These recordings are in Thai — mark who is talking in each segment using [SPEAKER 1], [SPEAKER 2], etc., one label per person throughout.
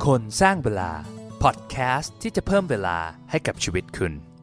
[SPEAKER 1] คนสร้างเวลาพอดแคสต์ที่จะเพิ่มเวลาให้กับชีวิต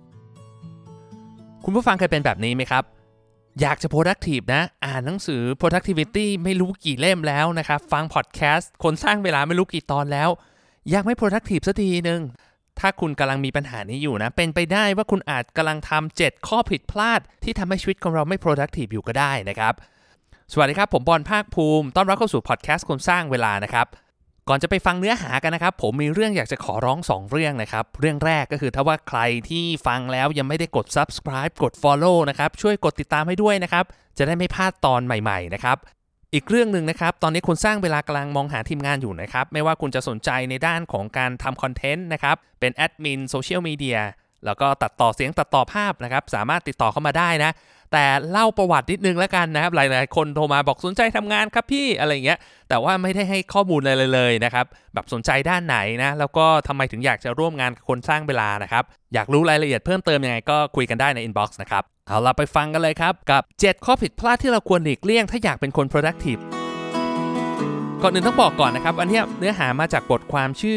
[SPEAKER 1] คุณผู้ฟังเคยเป็นแบบนี้ไหมครับอยากจะ productive นะอ่านหนังสือ productivity ไม่รู้กี่เล่มแล้วนะครับฟังพอดแคสต์คนสร้างเวลาไม่รู้กี่ตอนแล้วยังไม่ productive สักทีนึงถ้าคุณกำลังมีปัญหานี้อยู่นะเป็นไปได้ว่าคุณอาจกำลังทำ7ข้อผิดพลาดที่ทำให้ชีวิตของเราไม่ productive อยู่ก็ได้นะครับสวัสดีครับผมบอลภาคภูมิต้อนรับเข้าสู่พอดแคสต์คนสร้างเวลานะครับก่อนจะไปฟังเนื้อหากันนะครับผมมีเรื่องอยากจะขอร้อง2เรื่องนะครับเรื่องแรกก็คือถ้าว่าใครที่ฟังแล้วยังไม่ได้กด subscribe กด follow นะครับช่วยกดติดตามให้ด้วยนะครับจะได้ไม่พลาดตอนใหม่ๆนะครับอีกเรื่องนึงนะครับตอนนี้คนสร้างเวลากำลังมองหาทีมงานอยู่นะครับไม่ว่าคุณจะสนใจในด้านของการทำคอนเทนต์นะครับเป็นแอดมินโซเชียลมีเดียแล้วก็ตัดต่อเสียงตัดต่อภาพนะครับสามารถติดต่อเข้ามาได้นะแต่เล่าประวัตินิดนึงแล้วกันนะครับหลายๆคนโทรมาบอกสนใจทำงานครับพี่อะไรอย่างเงี้ยแต่ว่าไม่ได้ให้ข้อมูลอะไรเลยนะครับแบบสนใจด้านไหนนะแล้วก็ทำไมถึงอยากจะร่วมงานกับคนสร้างเวลานะครับอยากรู้รายละเอียดเพิ่มเติมยังไงก็คุยกันได้ใน inbox นะครับเอาล่ะไปฟังกันเลยครับกับ7ข้อผิดพลาดที่เราควรหลีกเลี่ยงถ้าอยากเป็นคน productive ก่อนอื่นต้องบอกก่อนนะครับอันนี้เนื้อหามาจากบทความชื่อ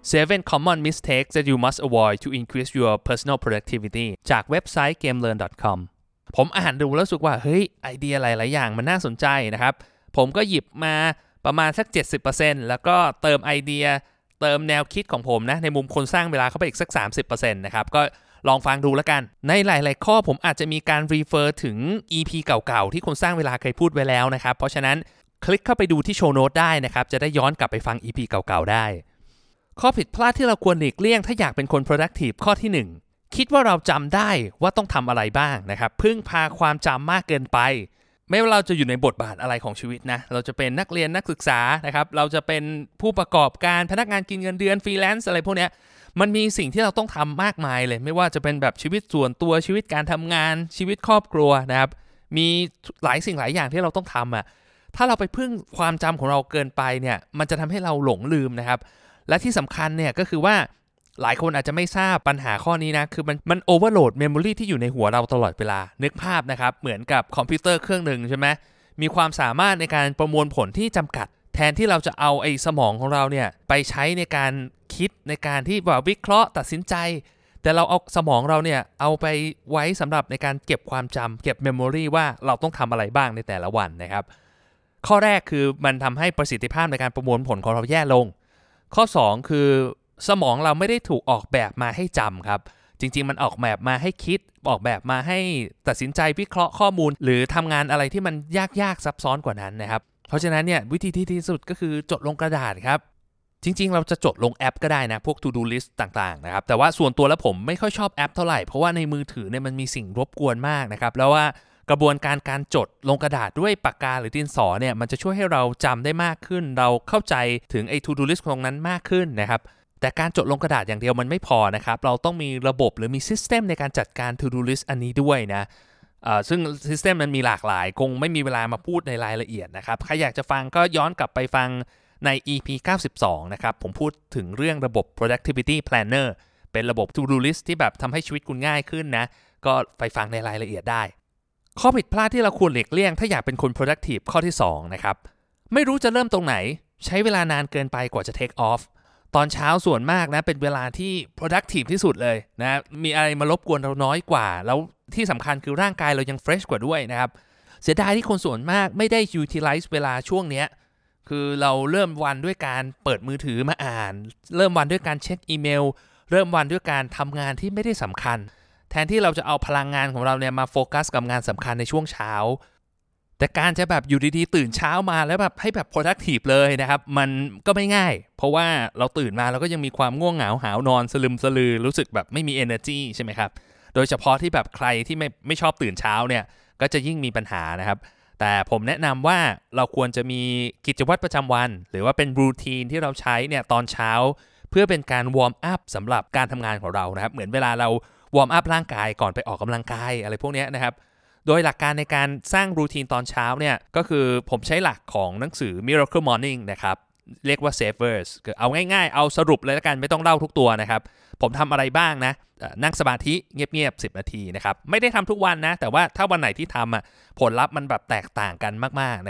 [SPEAKER 1] 7 Common Mistakes that you must avoid to increase your personal productivity จากเว็บไซต์ gamelearn.com ผมอ่านดูแล้วรู้สึกว่าเฮ้ยไอเดียหลายๆอย่างมันน่าสนใจนะครับผมก็หยิบมาประมาณสัก 70% แล้วก็เติมไอเดียเติมแนวคิดของผมนะในมุมคนสร้างเวลาเข้าไปอีกสัก 30% นะครับก็ลองฟังดูแล้วกันในหลายๆข้อผมอาจจะมีการ refer ถึง EP เก่าๆที่คนสร้างเวลาเคยพูดไว้แล้วนะครับเพราะฉะนั้นคลิกเข้าไปดูที่โชว์โน้ตได้นะครับจะได้ย้อนกลับไปฟัง EP เก่าๆได้ข้อผิดพลาดที่เราควรหลีกเลี่ยงถ้าอยากเป็นคน productive ข้อที่ 1 คิดว่าเราจำได้ว่าต้องทำอะไรบ้างนะครับพึ่งพาความจำมากเกินไปไม่ว่าเราจะอยู่ในบทบาทอะไรของชีวิตนะเราจะเป็นนักเรียนนักศึกษานะครับเราจะเป็นผู้ประกอบการพนักงานกินเงินเดือนฟรีแลนซ์อะไรพวกเนี้ยมันมีสิ่งที่เราต้องทำมากมายเลยไม่ว่าจะเป็นแบบชีวิตส่วนตัวชีวิตการทำงานชีวิตครอบครัวนะครับมีหลายสิ่งหลายอย่างที่เราต้องทำถ้าเราไปพึ่งความจำของเราเกินไปเนี่ยมันจะทำให้เราหลงลืมนะครับและที่สำคัญเนี่ยก็คือว่าหลายคนอาจจะไม่ทราบปัญหาข้อนี้นะคือมันโอเวอร์โหลดเมมโมรีที่อยู่ในหัวเราตลอดเวลานึกภาพนะครับเหมือนกับคอมพิวเตอร์เครื่องหนึ่งใช่ไหมมีความสามารถในการประมวลผลที่จำกัดแทนที่เราจะเอาไอ้สมองของเราเนี่ยไปใช้ในการคิดในการที่ว่าวิเคราะห์ตัดสินใจแต่เราเอาสมองเราเนี่ยเอาไปไว้สำหรับในการเก็บความจำเก็บเมมโมรีว่าเราต้องทำอะไรบ้างในแต่ละวันนะครับข้อแรกคือมันทำให้ประสิทธิภาพในการประมวลผลของเราแย่ลงข้อ2คือสมองเราไม่ได้ถูกออกแบบมาให้จำครับจริงๆมันออกแบบมาให้คิดออกแบบมาให้ตัดสินใจวิเคราะห์ข้อมูลหรือทำงานอะไรที่มันยากซับซ้อนกว่านั้นนะครับเพราะฉะนั้นเนี่ยวิธีที่ดีที่สุดก็คือจดลงกระดาษครับจริงๆเราจะจดลงแอปก็ได้นะพวก to do list ต่างๆนะครับแต่ว่าส่วนตัวแล้วผมไม่ค่อยชอบแอปเท่าไหร่เพราะว่าในมือถือเนี่ยมันมีสิ่งรบกวนมากนะครับแล้วว่ากระบวนการจดลงกระดาษด้วยปากกาหรือดินสอเนี่ยมันจะช่วยให้เราจำได้มากขึ้นเราเข้าใจถึงไอ้ to do list ตรงนั้นมากขึ้นนะครับแต่การจดลงกระดาษอย่างเดียวมันไม่พอนะครับเราต้องมีระบบหรือมี system ในการจัดการ to do list อันนี้ด้วยนะซึ่ง system มันมีหลากหลายคงไม่มีเวลามาพูดในรายละเอียดนะครับใครอยากจะฟังก็ย้อนกลับไปฟังใน EP 92นะครับผมพูดถึงเรื่องระบบ productivity planner เป็นระบบ to do list ที่แบบทำให้ชีวิตคุณง่ายขึ้นนะก็ไปฟังในรายละเอียดได้ข้อผิดพลาดที่เราควรหลีกเลี่ยงถ้าอยากเป็นคน productive ข้อที่2นะครับไม่รู้จะเริ่มตรงไหนใช้เวลานานเกินไปกว่าจะ take off ตอนเช้าส่วนมากนะเป็นเวลาที่ productive ที่สุดเลยนะมีอะไรมารบกวนเราน้อยกว่าแล้วที่สำคัญคือร่างกายเรายัง fresh กว่าด้วยนะครับเสียดายที่คนส่วนมากไม่ได้ utilize เวลาช่วงเนี้ยคือเราเริ่มวันด้วยการเปิดมือถือมาอ่านเริ่มวันด้วยการเช็คอีเมลเริ่มวันด้วยการทำงานที่ไม่ได้สำคัญแทนที่เราจะเอาพลังงานของเราเนี่ยมาโฟกัสกับงานสำคัญในช่วงเช้าแต่การจะแบบอยู่ดีๆตื่นเช้ามาแล้วแบบให้แบบ productive เลยนะครับมันก็ไม่ง่ายเพราะว่าเราตื่นมาเราก็ยังมีความง่วงเหงาหาวนอนสลึมสลือรู้สึกแบบไม่มี energy ใช่ไหมครับโดยเฉพาะที่แบบใครที่ไม่ชอบตื่นเช้าเนี่ยก็จะยิ่งมีปัญหานะครับแต่ผมแนะนำว่าเราควรจะมีกิจวัตรประจำวันหรือว่าเป็นรูทีนที่เราใช้เนี่ยตอนเช้าเพื่อเป็นการวอร์มอัพสำหรับการทำงานของเรานะครับเหมือนเวลาเราวอร์มอัพร่างกายก่อนไปออกกำลังกายอะไรพวกนี้นะครับโดยหลักการในการสร้างรูทีนตอนเช้าเนี่ยก็คือผมใช้หลักของหนังสือ Miracle Morning นะครับเรียกว่า Savers คือเอาง่ายๆเอาสรุปเลยแล้วกันไม่ต้องเล่าทุกตัวนะครับผมทำอะไรบ้างนะนั่งสมาธิเงียบๆ10 นาทีนะครับไม่ได้ทำทุกวันนะแต่ว่าถ้าวันไหนที่ทำผลลัพธ์มันแบบแตกต่างกันมากๆนะครับ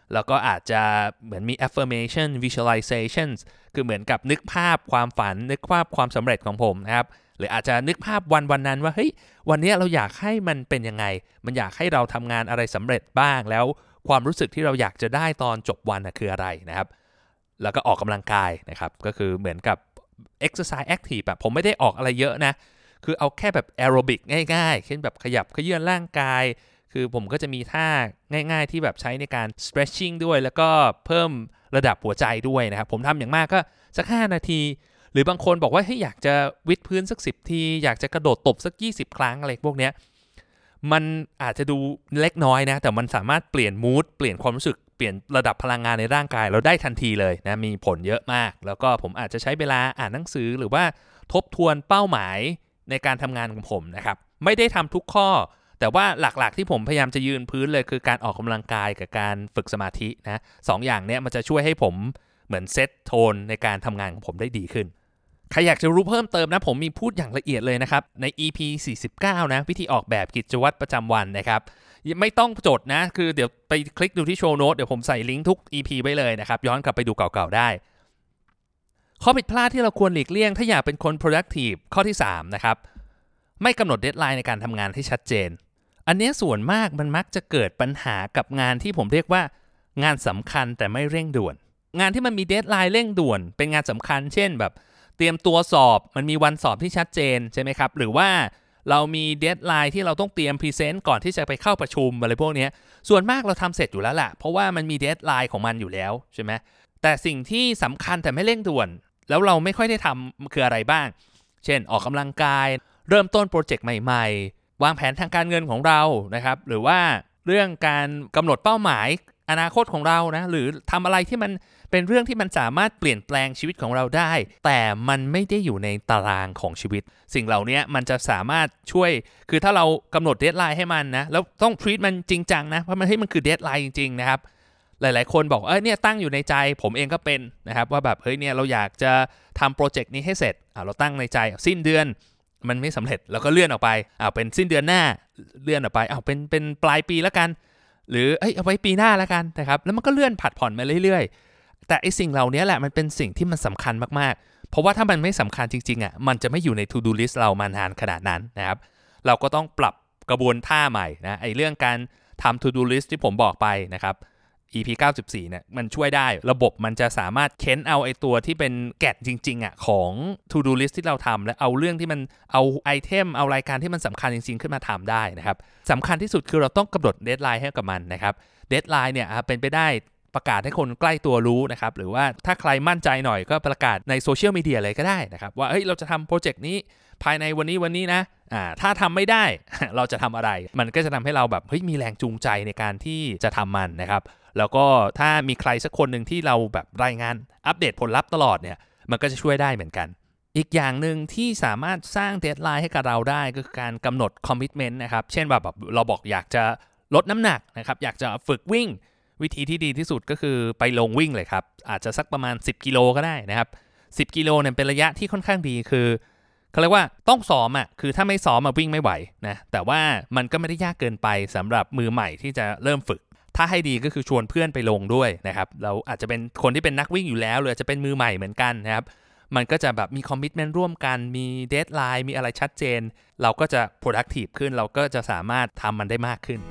[SPEAKER 1] แล้วก็อาจจะเหมือนมี affirmation visualizations คือเหมือนกับนึกภาพความฝันนึกภาพความสำเร็จของผมนะครับหรืออาจจะนึกภาพวันนั้นว่าเฮ้ยวันนี้เราอยากให้มันเป็นยังไงมันอยากให้เราทำงานอะไรสำเร็จบ้างแล้วความรู้สึกที่เราอยากจะได้ตอนจบวันคืออะไรนะครับแล้วก็ออกกำลังกายนะครับก็คือเหมือนกับ exercise active แบบผมไม่ได้ออกอะไรเยอะนะคือเอาแค่แบบแอโรบิกง่ายๆเช่นแบบขยับเขยื้อนร่างกายคือผมก็จะมีท่าง่ายๆที่แบบใช้ในการ stretching ด้วยแล้วก็เพิ่มระดับหัวใจด้วยนะครับผมทำอย่างมากก็สัก5นาทีหรือบางคนบอกว่าให้อยากจะวิดพื้นสัก10ทีอยากจะกระโดดตบสัก20ครั้งอะไรพวกเนี้ยมันอาจจะดูเล็กน้อยนะแต่มันสามารถเปลี่ยนมูดเปลี่ยนความรู้สึกเปลี่ยนระดับพลังงานในร่างกายเราได้ทันทีเลยนะมีผลเยอะมากแล้วก็ผมอาจจะใช้เวลาอ่านหนังสือหรือว่าทบทวนเป้าหมายในการทำงานของผมนะครับไม่ได้ทำทุกข้อแต่ว่าหลักๆที่ผมพยายามจะยืนพื้นเลยคือการออกกำลังกายกับการฝึกสมาธินะ2 อย่างเนี้ยมันจะช่วยให้ผมเหมือนเซตโทนในการทำงานของผมได้ดีขึ้นใครอยากจะรู้เพิ่มเติมนะผมมีพูดอย่างละเอียดเลยนะครับใน EP 49นะวิธีออกแบบกิจวัตรประจำวันนะครับไม่ต้องจดนะคือเดี๋ยวไปคลิกดูที่โชว์โน้ตเดี๋ยวผมใส่ลิงก์ทุก EP ไว้เลยนะครับย้อนกลับไปดูเก่าๆได้ข้อผิดพลาดที่เราควรหลีกเลี่ยงถ้าอยากเป็นคน productive ข้อที่3นะครับไม่กำหนดเดดไลน์ในการทำงานให้ชัดเจนอันนี้ส่วนมากมันมักจะเกิดปัญหากับงานที่ผมเรียกว่างานสำคัญแต่ไม่เร่งด่วนงานที่มันมีเดดไลน์เร่งด่วนเป็นงานสำคัญเช่นแบบเตรียมตัวสอบมันมีวันสอบที่ชัดเจนใช่ไหมครับหรือว่าเรามีเดดไลน์ที่เราต้องเตรียมพรีเซนต์ก่อนที่จะไปเข้าประชุมอะไรพวกนี้ส่วนมากเราทำเสร็จอยู่แล้วแหละเพราะว่ามันมีเดดไลน์ของมันอยู่แล้วใช่ไหมแต่สิ่งที่สำคัญแต่ไม่เร่งด่วนแล้วเราไม่ค่อยได้ทำคืออะไรบ้างเช่นออกกำลังกายเริ่มต้นโปรเจกต์ใหม่ๆวางแผนทางการเงินของเรานะครับหรือว่าเรื่องการกำหนดเป้าหมายอนาคตของเรานะหรือทำอะไรที่มันเป็นเรื่องที่มันสามารถเปลี่ยนแปลงชีวิตของเราได้แต่มันไม่ได้อยู่ในตารางของชีวิตสิ่งเหล่านี้มันจะสามารถช่วยคือถ้าเรากำหนดเดดไลน์ให้มันนะแล้วต้อง treat มันจริงจังนะเพราะมันคือเดดไลน์จริงๆนะครับหลายๆคนบอกเนี่ยตั้งอยู่ในใจผมเองก็เป็นนะครับว่าแบบเฮ้ยเนี่ยเราอยากจะทำโปรเจกต์นี้ให้เสร็จเราตั้งในใจสิ้นเดือนมันไม่สำเร็จแล้วก็เลื่อนออกไปเป็นสิ้นเดือนหน้าเลื่อนออกไปเป็นปลายปีแล้วกันหรือเอาไว้ปีหน้าแล้วกันนะครับแล้วมันก็เลื่อนผัดผ่อนมาเรื่อยๆแต่ไอ้สิ่งเหล่านี้แหละมันเป็นสิ่งที่มันสำคัญมากๆเพราะว่าถ้ามันไม่สำคัญจริงๆมันจะไม่อยู่ใน to do list เรามานานขนาดนั้นนะครับเราก็ต้องปรับกระบวนท่าใหม่นะไอ้เรื่องการทำ to do list ที่ผมบอกไปนะครับEP 94เนี่ยมันช่วยได้ระบบมันจะสามารถเค้นเอาไอ้ตัวที่เป็นแกะจริงๆของ to do list ที่เราทำและเอาเรื่องที่มันเอาไอเทมเอารายการที่มันสำคัญจริงๆขึ้นมาทำได้นะครับสำคัญที่สุดคือเราต้องกำหนดเดดไลน์ให้กับมันนะครับเดดไลน์เนี่ยเป็นไปได้ประกาศให้คนใกล้ตัวรู้นะครับหรือว่าถ้าใครมั่นใจหน่อยก็ประกาศในโซเชียลมีเดียเลยก็ได้นะครับว่าเราจะทำโปรเจกต์นี้ภายในวันนี้นะถ้าทำไม่ได้ เราจะทำอะไรมันก็จะทำให้เราแบบมีแรงจูงใจในการที่จะทำมันนะครับแล้วก็ถ้ามีใครสักคนหนึ่งที่เราแบบรายงานอัปเดตผลลัพธ์ตลอดเนี่ยมันก็จะช่วยได้เหมือนกันอีกอย่างหนึ่งที่สามารถสร้างเดดไลน์ให้กับเราได้ก็คือการกำหนดคอมมิตเมนต์นะครับเช่นแบบเราบอกอยากจะลดน้ำหนักนะครับอยากจะฝึกวิ่งวิธีที่ดีที่สุดก็คือไปลงวิ่งเลยครับอาจจะสักประมาณ10กิโลก็ได้นะครับ10กิโลเนี่ยเป็นระยะที่ค่อนข้างดีคือเขาเรียกว่าต้องซ้อมคือถ้าไม่ซ้อมวิ่งไม่ไหวนะแต่ว่ามันก็ไม่ได้ยากเกินไปสำหรับมือใหม่ที่จะเริ่มฝึกถ้าให้ดีก็คือชวนเพื่อนไปลงด้วยนะครับเราอาจจะเป็นคนที่เป็นนักวิ่งอยู่แล้วหรืออาจจะเป็นมือใหม่เหมือนกันนะครับมันก็จะแบบมีคอมมิตเมนต์ร่วมกันมีเดดไลน์มีอะไรชัดเจนเราก็จะ productive ขึ้นเราก็จะสามารถทำมันได้มากขึ้น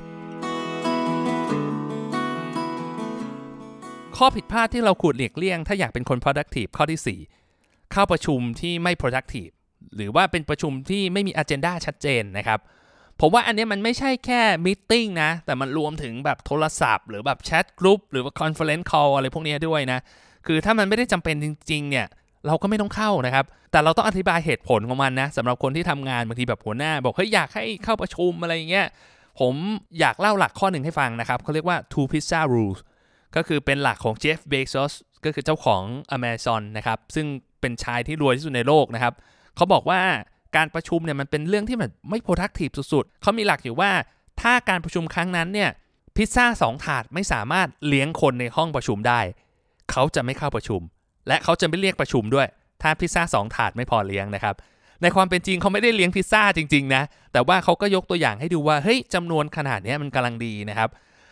[SPEAKER 1] ข้อผิดพลาดที่เราควรหลีกเลี่ยงถ้าอยากเป็นคน productive ข้อที่4เข้าประชุมที่ไม่ productive หรือว่าเป็นประชุมที่ไม่มี agenda ชัดเจนนะครับผมว่าอันนี้มันไม่ใช่แค่มีตติ้งนะแต่มันรวมถึงแบบโทรศัพท์หรือแบบแชทกรุ๊ปหรือว่าคอนเฟอเรนซ์คอลอะไรพวกนี้ด้วยนะคือถ้ามันไม่ได้จำเป็นจริงๆเนี่ยเราก็ไม่ต้องเข้านะครับแต่เราต้องอธิบายเหตุผลของมันนะสำหรับคนที่ทำงานบางทีแบบหัวหน้าบอกอยากให้เข้าประชุมอะไรอย่างเงี้ยผมอยากเล่าหลักข้อหนึ่งให้ฟังนะครับเขาเรียกว่า two pizza rules ก็คือเป็นหลักของ Jeff Bezos ก็คือเจ้าของ Amazon นะครับซึ่งเป็นชายที่รวยที่สุดในโลกนะครับเขาบอกว่าการประชุมเนี่ยมันเป็นเรื่องที่แบบไม่ productive สุดๆเขามีหลักอยู่ว่าถ้าการประชุมครั้งนั้นเนี่ยพิซซ่า2ถาดไม่สามารถเลี้ยงคนในห้องประชุมได้เขาจะไม่เข้าประชุมและเขาจะไม่เรียกประชุมด้วยถ้าพิซซ่า2ถาดไม่พอเลี้ยงนะครับในความเป็นจริงเขาไม่ได้เลี้ยงพิซซ่าจริงๆนะแต่ว่าเขาก็ยกตัวอย่างให้ดูว่าจำนวนขนาดนี้มันกำลังดีนะครับ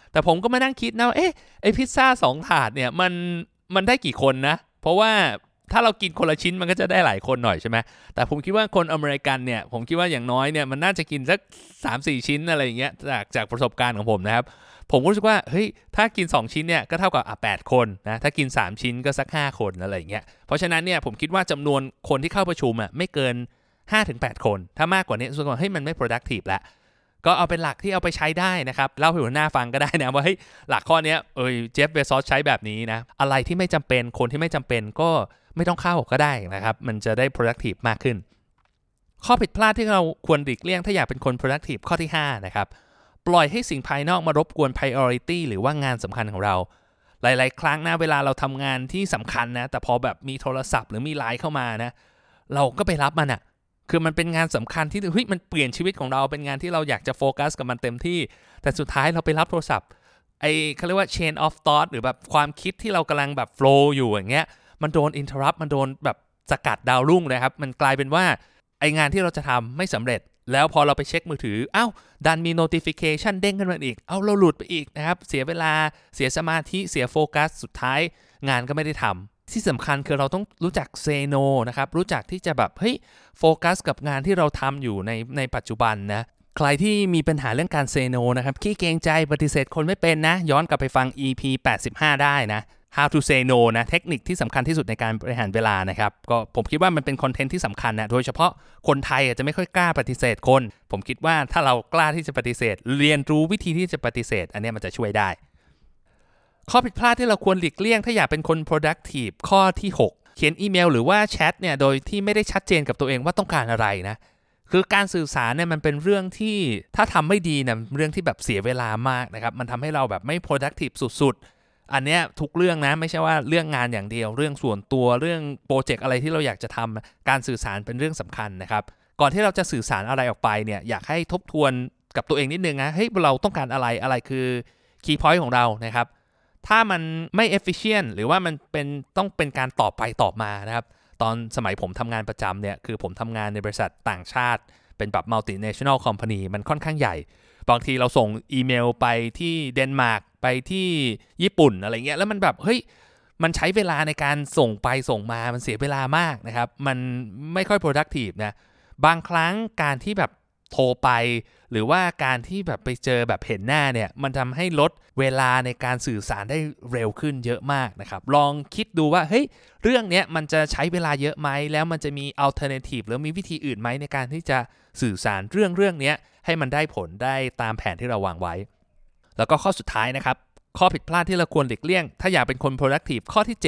[SPEAKER 1] แต่ผมก็มานั่งคิดนะไอ้พิซซ่า2ถาดเนี่ยมันได้กี่คนนะเพราะว่าถ้าเรากินคนละชิ้นมันก็จะได้หลายคนหน่อยใช่ไหมแต่ผมคิดว่าคนอเมริกันเนี่ยผมคิดว่าอย่างน้อยเนี่ยมันน่าจะกินสัก 3-4 ชิ้นอะไรอย่างเงี้ยจากประสบการณ์ของผมนะครับผมรู้สึกว่าเฮ้ยถ้ากิน2ชิ้นเนี่ยก็เท่ากับ8คนนะถ้ากิน3ชิ้นก็สัก5คนอะไรอย่างเงี้ยเพราะฉะนั้นเนี่ยผมคิดว่าจำนวนคนที่เข้าประชุมไม่เกิน 5-8 คนถ้ามากกว่านี้รู้สึกว่าเฮ้ยมันไม่ productive แล้วก็เอาเป็นหลักที่เอาไปใช้ได้นะครับเล่าให้หัวหน้าฟังก็ได้นะว่าเฮ้ยหลักข้อนี้เจฟเบซอสใช้แบบนี้นะอะไรที่ไม่จำเป็นคนที่ไม่จำเป็นก็ไม่ต้องเข้าก็ได้นะครับมันจะได้ productive มากขึ้นข้อผิดพลาดที่เราควรหลีกเลี่ยงถ้าอยากเป็นคน productive ข้อที่5นะครับปล่อยให้สิ่งภายนอกมารบกวน priority หรือว่างานสำคัญของเราหลายๆครั้งนะเวลาเราทำงานที่สำคัญนะแต่พอแบบมีโทรศัพท์หรือมีไลน์เข้ามานะเราก็ไปรับมันคือมันเป็นงานสำคัญที่เฮ้ยมันเปลี่ยนชีวิตของเราเป็นงานที่เราอยากจะโฟกัสกับมันเต็มที่แต่สุดท้ายเราไปรับโทรศัพท์เขาเรียกว่า chain of thought หรือแบบความคิดที่เรากำลังแบบ flow อยู่อย่างเงี้ยมันโดน interrupt มันโดนแบบสกัดดาวรุ่งนะครับมันกลายเป็นว่าไองานที่เราจะทำไม่สำเร็จแล้วพอเราไปเช็คมือถือดันมี notification เด้งขึ้นมาอีกเราหลุดไปอีกนะครับเสียเวลาเสียสมาธิเสียโฟกัสสุดท้ายงานก็ไม่ได้ทำที่สำคัญคือเราต้องรู้จัก say no นะครับรู้จักที่จะแบบเฮ้ยโฟกัสกับงานที่เราทำอยู่ในปัจจุบันนะใครที่มีปัญหาเรื่องการ say no นะครับขี้เกรงใจปฏิเสธคนไม่เป็นนะย้อนกลับไปฟัง EP 85ได้นะHow to say no นะเทคนิคที่สำคัญที่สุดในการบริหารเวลานะครับก็ผมคิดว่ามันเป็นคอนเทนต์ที่สำคัญนะโดยเฉพาะคนไทยจะไม่ค่อยกล้าปฏิเสธคนผมคิดว่าถ้าเรากล้าที่จะปฏิเสธเรียนรู้วิธีที่จะปฏิเสธอันนี้มันจะช่วยได้ข้อผิดพลาดที่เราควรหลีกเลี่ยงถ้าอยากเป็นคน productive ข้อที่6เขียนอีเมลหรือว่าแชทเนี่ยโดยที่ไม่ได้ชัดเจนกับตัวเองว่าต้องการอะไรนะคือการสื่อสารเนี่ยมันเป็นเรื่องที่ถ้าทำไม่ดีเนี่ยเรื่องที่แบบเสียเวลามากนะครับมันทำให้เราแบบไม่ productive สุดๆอันเนี้ยทุกเรื่องนะไม่ใช่ว่าเรื่องงานอย่างเดียวเรื่องส่วนตัวเรื่องโปรเจกต์อะไรที่เราอยากจะทำการสื่อสารเป็นเรื่องสำคัญนะครับก่อนที่เราจะสื่อสารอะไรออกไปเนี่ยอยากให้ทบทวนกับตัวเองนิดนึงนะเฮ้ยเราต้องการอะไรคือ key point ของเรานะครับถ้ามันไม่ efficient หรือว่ามันต้องเป็นการตอบไปตอบมานะครับตอนสมัยผมทำงานประจำเนี่ยคือผมทำงานในบริษัทต่างชาติเป็นแบบ multinational company มันค่อนข้างใหญ่บางทีเราส่งอีเมลไปที่เดนมาร์กไปที่ญี่ปุ่นอะไรเงี้ยแล้วมันแบบเฮ้ยมันใช้เวลาในการส่งไปส่งมามันเสียเวลามากนะครับมันไม่ค่อย productive นะบางครั้งการที่แบบโทรไปหรือว่าการที่แบบไปเจอแบบเห็นหน้าเนี่ยมันทำให้ลดเวลาในการสื่อสารได้เร็วขึ้นเยอะมากนะครับลองคิดดูว่าเฮ้ยเรื่องเนี้ยมันจะใช้เวลาเยอะไหมแล้วมันจะมี alternative หรือมีวิธีอื่นไหมในการที่จะสื่อสารเรื่องเนี้ยให้มันได้ผลได้ตามแผนที่เราวางไว้แล้วก็ข้อสุดท้ายนะครับข้อผิดพลาดที่เราควรหลีกเลี่ยงถ้าอยากเป็นคน productive ข้อที่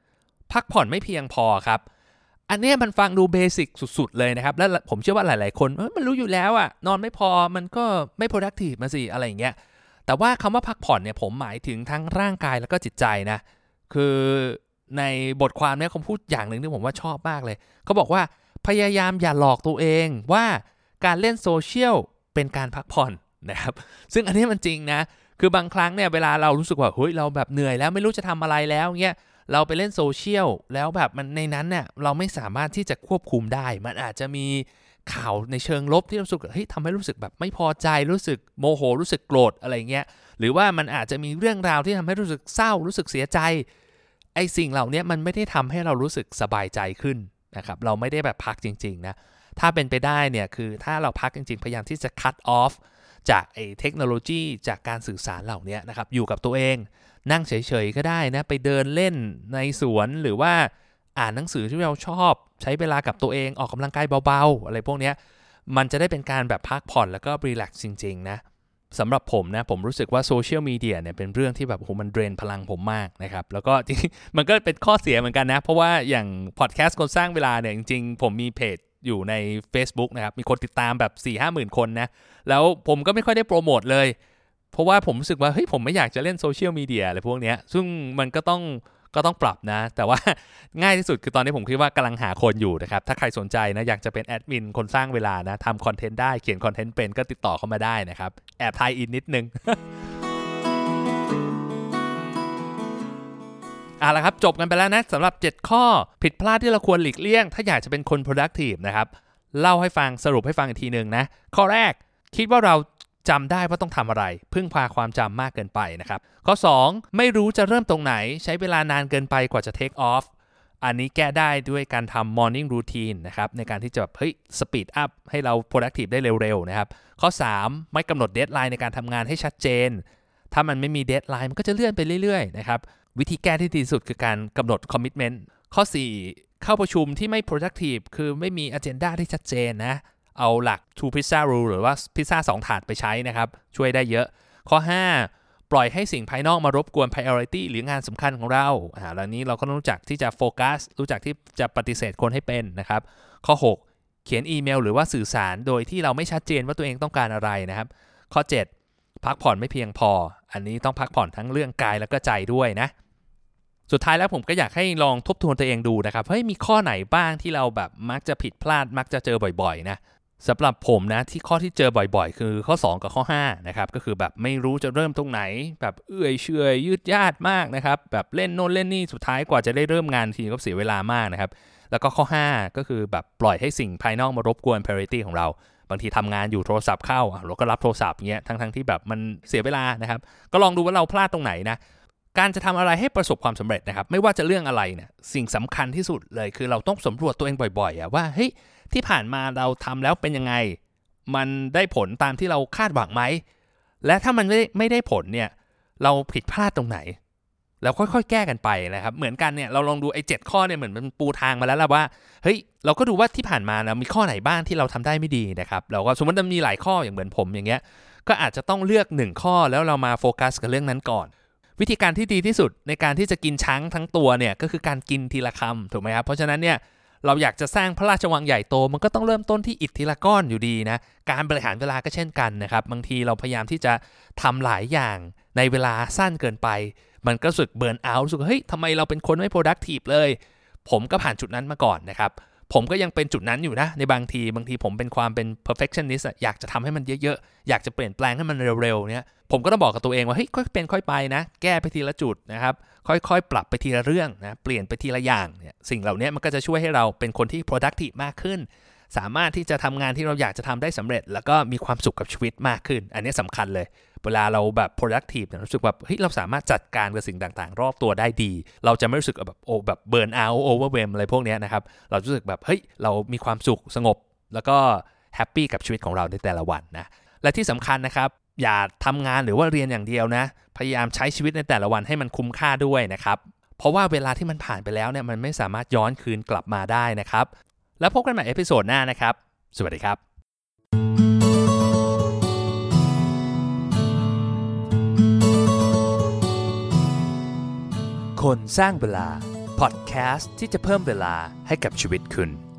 [SPEAKER 1] 7พักผ่อนไม่เพียงพอครับอันนี้มันฟังดูเบสิกสุดๆเลยนะครับและผมเชื่อว่าหลายๆคนมันรู้อยู่แล้วนอนไม่พอมันก็ไม่ productive มาสิอะไรอย่างเงี้ยแต่ว่าคำว่าพักผ่อนเนี่ยผมหมายถึงทั้งร่างกายแล้วก็จิตใจนะคือในบทความนี้เขาพูดอย่างหนึ่งที่ผมว่าชอบมากเลยเขาบอกว่าพยายามอย่าหลอกตัวเองว่าการเล่นโซเชียลเป็นการพักผ่อนนะครับซึ่งอันนี้มันจริงนะคือบางครั้งเนี่ยเวลาเรารู้สึกว่าเฮ้ยเราแบบเหนื่อยแล้วไม่รู้จะทำอะไรแล้วเงี้ยเราไปเล่นโซเชียลแล้วแบบมันในนั้นเนี่ยเราไม่สามารถที่จะควบคุมได้มันอาจจะมีข่าวในเชิงลบที่รู้สึกเฮ้ยทำให้รู้สึกแบบไม่พอใจรู้สึกโมโหรู้สึกโกรธอะไรเงี้ยหรือว่ามันอาจจะมีเรื่องราวที่ทำให้รู้สึกเศร้ารู้สึกเสียใจไอ้สิ่งเหล่านี้มันไม่ได้ทำให้เรารู้สึกสบายใจขึ้นนะครับเราไม่ได้แบบพักจริงๆนะถ้าเป็นไปได้เนี่ยคือถ้าเราพักจริงๆพยายามที่จะ cut off จากไอ้เทคโนโลยีจากการสื่อสารเหล่านี้นะครับอยู่กับตัวเองนั่งเฉยๆก็ได้นะไปเดินเล่นในสวนหรือว่าอ่านหนังสือที่เราชอบใช้เวลากับตัวเองออกกำลังกายเบาๆอะไรพวกนี้มันจะได้เป็นการแบบพักผ่อนแล้วก็รีแลกซ์จริงๆนะสำหรับผมนะผมรู้สึกว่าโซเชียลมีเดียเนี่ยเป็นเรื่องที่แบบโหมันเดรนพลังผมมากนะครับแล้วก็จริงมันก็เป็นข้อเสียเหมือนกันนะเพราะว่าอย่างพอดแคสต์คนสร้างเวลาเนี่ยจริงๆผมมีเพจอยู่ใน Facebook นะครับมีคนติดตามแบบ 4-50,000 คนนะแล้วผมก็ไม่ค่อยได้โปรโมทเลยเพราะว่าผมรู้สึกว่าเฮ้ยผมไม่อยากจะเล่นโซเชียลมีเดียอะไรพวกนี้ซึ่งมันก็ต้องปรับนะแต่ว่าง่ายที่สุดคือตอนนี้ผมคิดว่ากำลังหาคนอยู่นะครับถ้าใครสนใจนะอยากจะเป็นแอดมินคนสร้างเวลานะทำคอนเทนต์ได้เขียนคอนเทนต์เป็นก็ติดต่อเข้ามาได้นะครับแอบไทยอินนิดนึง ละครับจบกันไปแล้วนะสำหรับ7ข้อผิดพลาดที่เราควรหลีกเลี่ยงถ้าอยากจะเป็นคน productive นะครับเล่าให้ฟังสรุปให้ฟังอีกทีนึงนะข้อแรกคิดว่าเราจำได้ว่าต้องทำอะไรพึ่งพาความจำมากเกินไปนะครับข้อ2ไม่รู้จะเริ่มตรงไหนใช้เวลานานเกินไปกว่าจะ take off อันนี้แก้ได้ด้วยการทำ morning routine นะครับในการที่จะspeed up ให้เรา productive ได้เร็วๆนะครับข้อ3ไม่กำหนด deadline ในการทำงานให้ชัดเจนถ้ามันไม่มี deadline มันก็จะเลื่อนไปเรื่อยๆนะครับวิธีแก้ที่ดีที่สุดคือการกำหนด commitment ข้อ4เข้าประชุมที่ไม่ productive คือไม่มี agenda ที่ชัดเจนนะเอาหลัก two pizza rule หรือว่าพิซซ่า2ถาดไปใช้นะครับช่วยได้เยอะข้อ5ปล่อยให้สิ่งภายนอกมารบกวน priority หรืองานสำคัญของเราแล้วนี้เราก็รู้จักที่จะโฟกัสรู้จักที่จะปฏิเสธคนให้เป็นนะครับข้อ6เขียนอีเมลหรือว่าสื่อสารโดยที่เราไม่ชัดเจนว่าตัวเองต้องการอะไรนะครับข้อ7พักผ่อนไม่เพียงพออันนี้ต้องพักผ่อนทั้งเรื่องกายแล้วก็ใจด้วยนะสุดท้ายแล้วผมก็อยากให้ลองทบทวนตัวเองดูนะครับมีข้อไหนบ้างที่เราแบบมักจะผิดพลาดมักจะเจอบ่อยๆนะสำหรับผมนะที่ข้อที่เจอบ่อยๆคือข้อ2กับข้อ5นะครับก็คือแบบไม่รู้จะเริ่มตรงไหนแบบเอื่อยเฉยยืดยาดมากนะครับแบบเล่นโน่นเล่นนี่สุดท้ายกว่าจะได้เริ่มงานทีก็เสียเวลามากนะครับแล้วก็ข้อ5ก็คือแบบปล่อยให้สิ่งภายนอกมารบกวน priority ของเราบางทีทำงานอยู่โทรศัพท์เข้าเราก็รับโทรศัพท์เงี้ยทั้งที่แบบมันเสียเวลานะครับก็ลองดูว่าเราพลาดตรงไหนนะการจะทำอะไรให้ประสบความสำเร็จนะครับไม่ว่าจะเรื่องอะไรเนี่ยสิ่งสำคัญที่สุดเลยคือเราต้องสำรวจตัวเองบ่อยๆว่าเฮ้ยที่ผ่านมาเราทำแล้วเป็นยังไงมันได้ผลตามที่เราคาดหวังไหมและถ้ามันไม่ได้ผลเนี่ยเราผิดพลาดตรงไหนแล้วค่อยๆแก้กันไปนะครับเหมือนกันเนี่ยเราลองดูไอ้7ข้อเนี่ยเหมือนมันปูทางมาแล้วล่ะว่าเฮ้ยเราก็ดูว่าที่ผ่านมาเรามีข้อไหนบ้างที่เราทำได้ไม่ดีนะครับเราก็สมมติมันมีหลายข้ออย่างเหมือนผมอย่างเงี้ยก็อาจจะต้องเลือก1ข้อแล้วเรามาโฟกัสกับเรื่องนั้นก่อนวิธีการที่ดีที่สุดในการที่จะกินช้างทั้งตัวเนี่ยก็คือการกินทีละคำถูกไหมครับเพราะฉะนั้นเนี่ยเราอยากจะสร้างพระราชวังใหญ่โตมันก็ต้องเริ่มต้นที่อิฐทีละก้อนอยู่ดีนะการบริหารเวลาก็เช่นกันนะครับบางทีเราพยายามที่จะทำหลายอย่างในเวลาสั้นเกินไปมันก็รู้สึกเบิร์นเอาท์รู้สึกเฮ้ยทำไมเราเป็นคนไม่ productive เลยผมก็ผ่านจุดนั้นมาก่อนนะครับผมก็ยังเป็นจุดนั้นอยู่นะในบางทีผมเป็นความเป็น perfectionist อยากจะทำให้มันเยอะๆอยากจะเปลี่ยนแปลงให้มันเร็วๆเนี่ยผมก็ต้องบอกกับตัวเองว่าเฮ้ยค่อยเป็นค่อยไปนะแก้ไปทีละจุดนะครับค่อยๆปรับไปทีละเรื่องนะเปลี่ยนไปทีละอย่างเนี่ยสิ่งเหล่านี้มันก็จะช่วยให้เราเป็นคนที่ productive มากขึ้นสามารถที่จะทำงานที่เราอยากจะทำได้สำเร็จแล้วก็มีความสุขกับชีวิตมากขึ้นอันนี้สำคัญเลยเวลาเราแบบ productive เนี่ยรู้สึกแบบเฮ้ยเราสามารถจัดการกับสิ่งต่างๆรอบตัวได้ดีเราจะไม่รู้สึกแบบแบบ burn out overwhelm อะไรพวกนี้นะครับเรารู้สึกแบบเฮ้ยเรามีความสุขสงบแล้วก็แฮปปี้กับชีวิตของเราในแต่ละวันนะและที่สำคัญนะครับอย่าทำงานหรือว่าเรียนอย่างเดียวนะพยายามใช้ชีวิตในแต่ละวันให้มันคุ้มค่าด้วยนะครับเพราะว่าเวลาที่มันผ่านไปแล้วเนี่ยมันไม่สามารถย้อนคืนกลับมาได้นะครับแล้วพบกันใหม่เอพิโซดหน้านะครับสวัสดีครับคนสร้างเวลาพอดแคสต์ที่จะเพิ่มเวลาให้กับชีวิตคุณ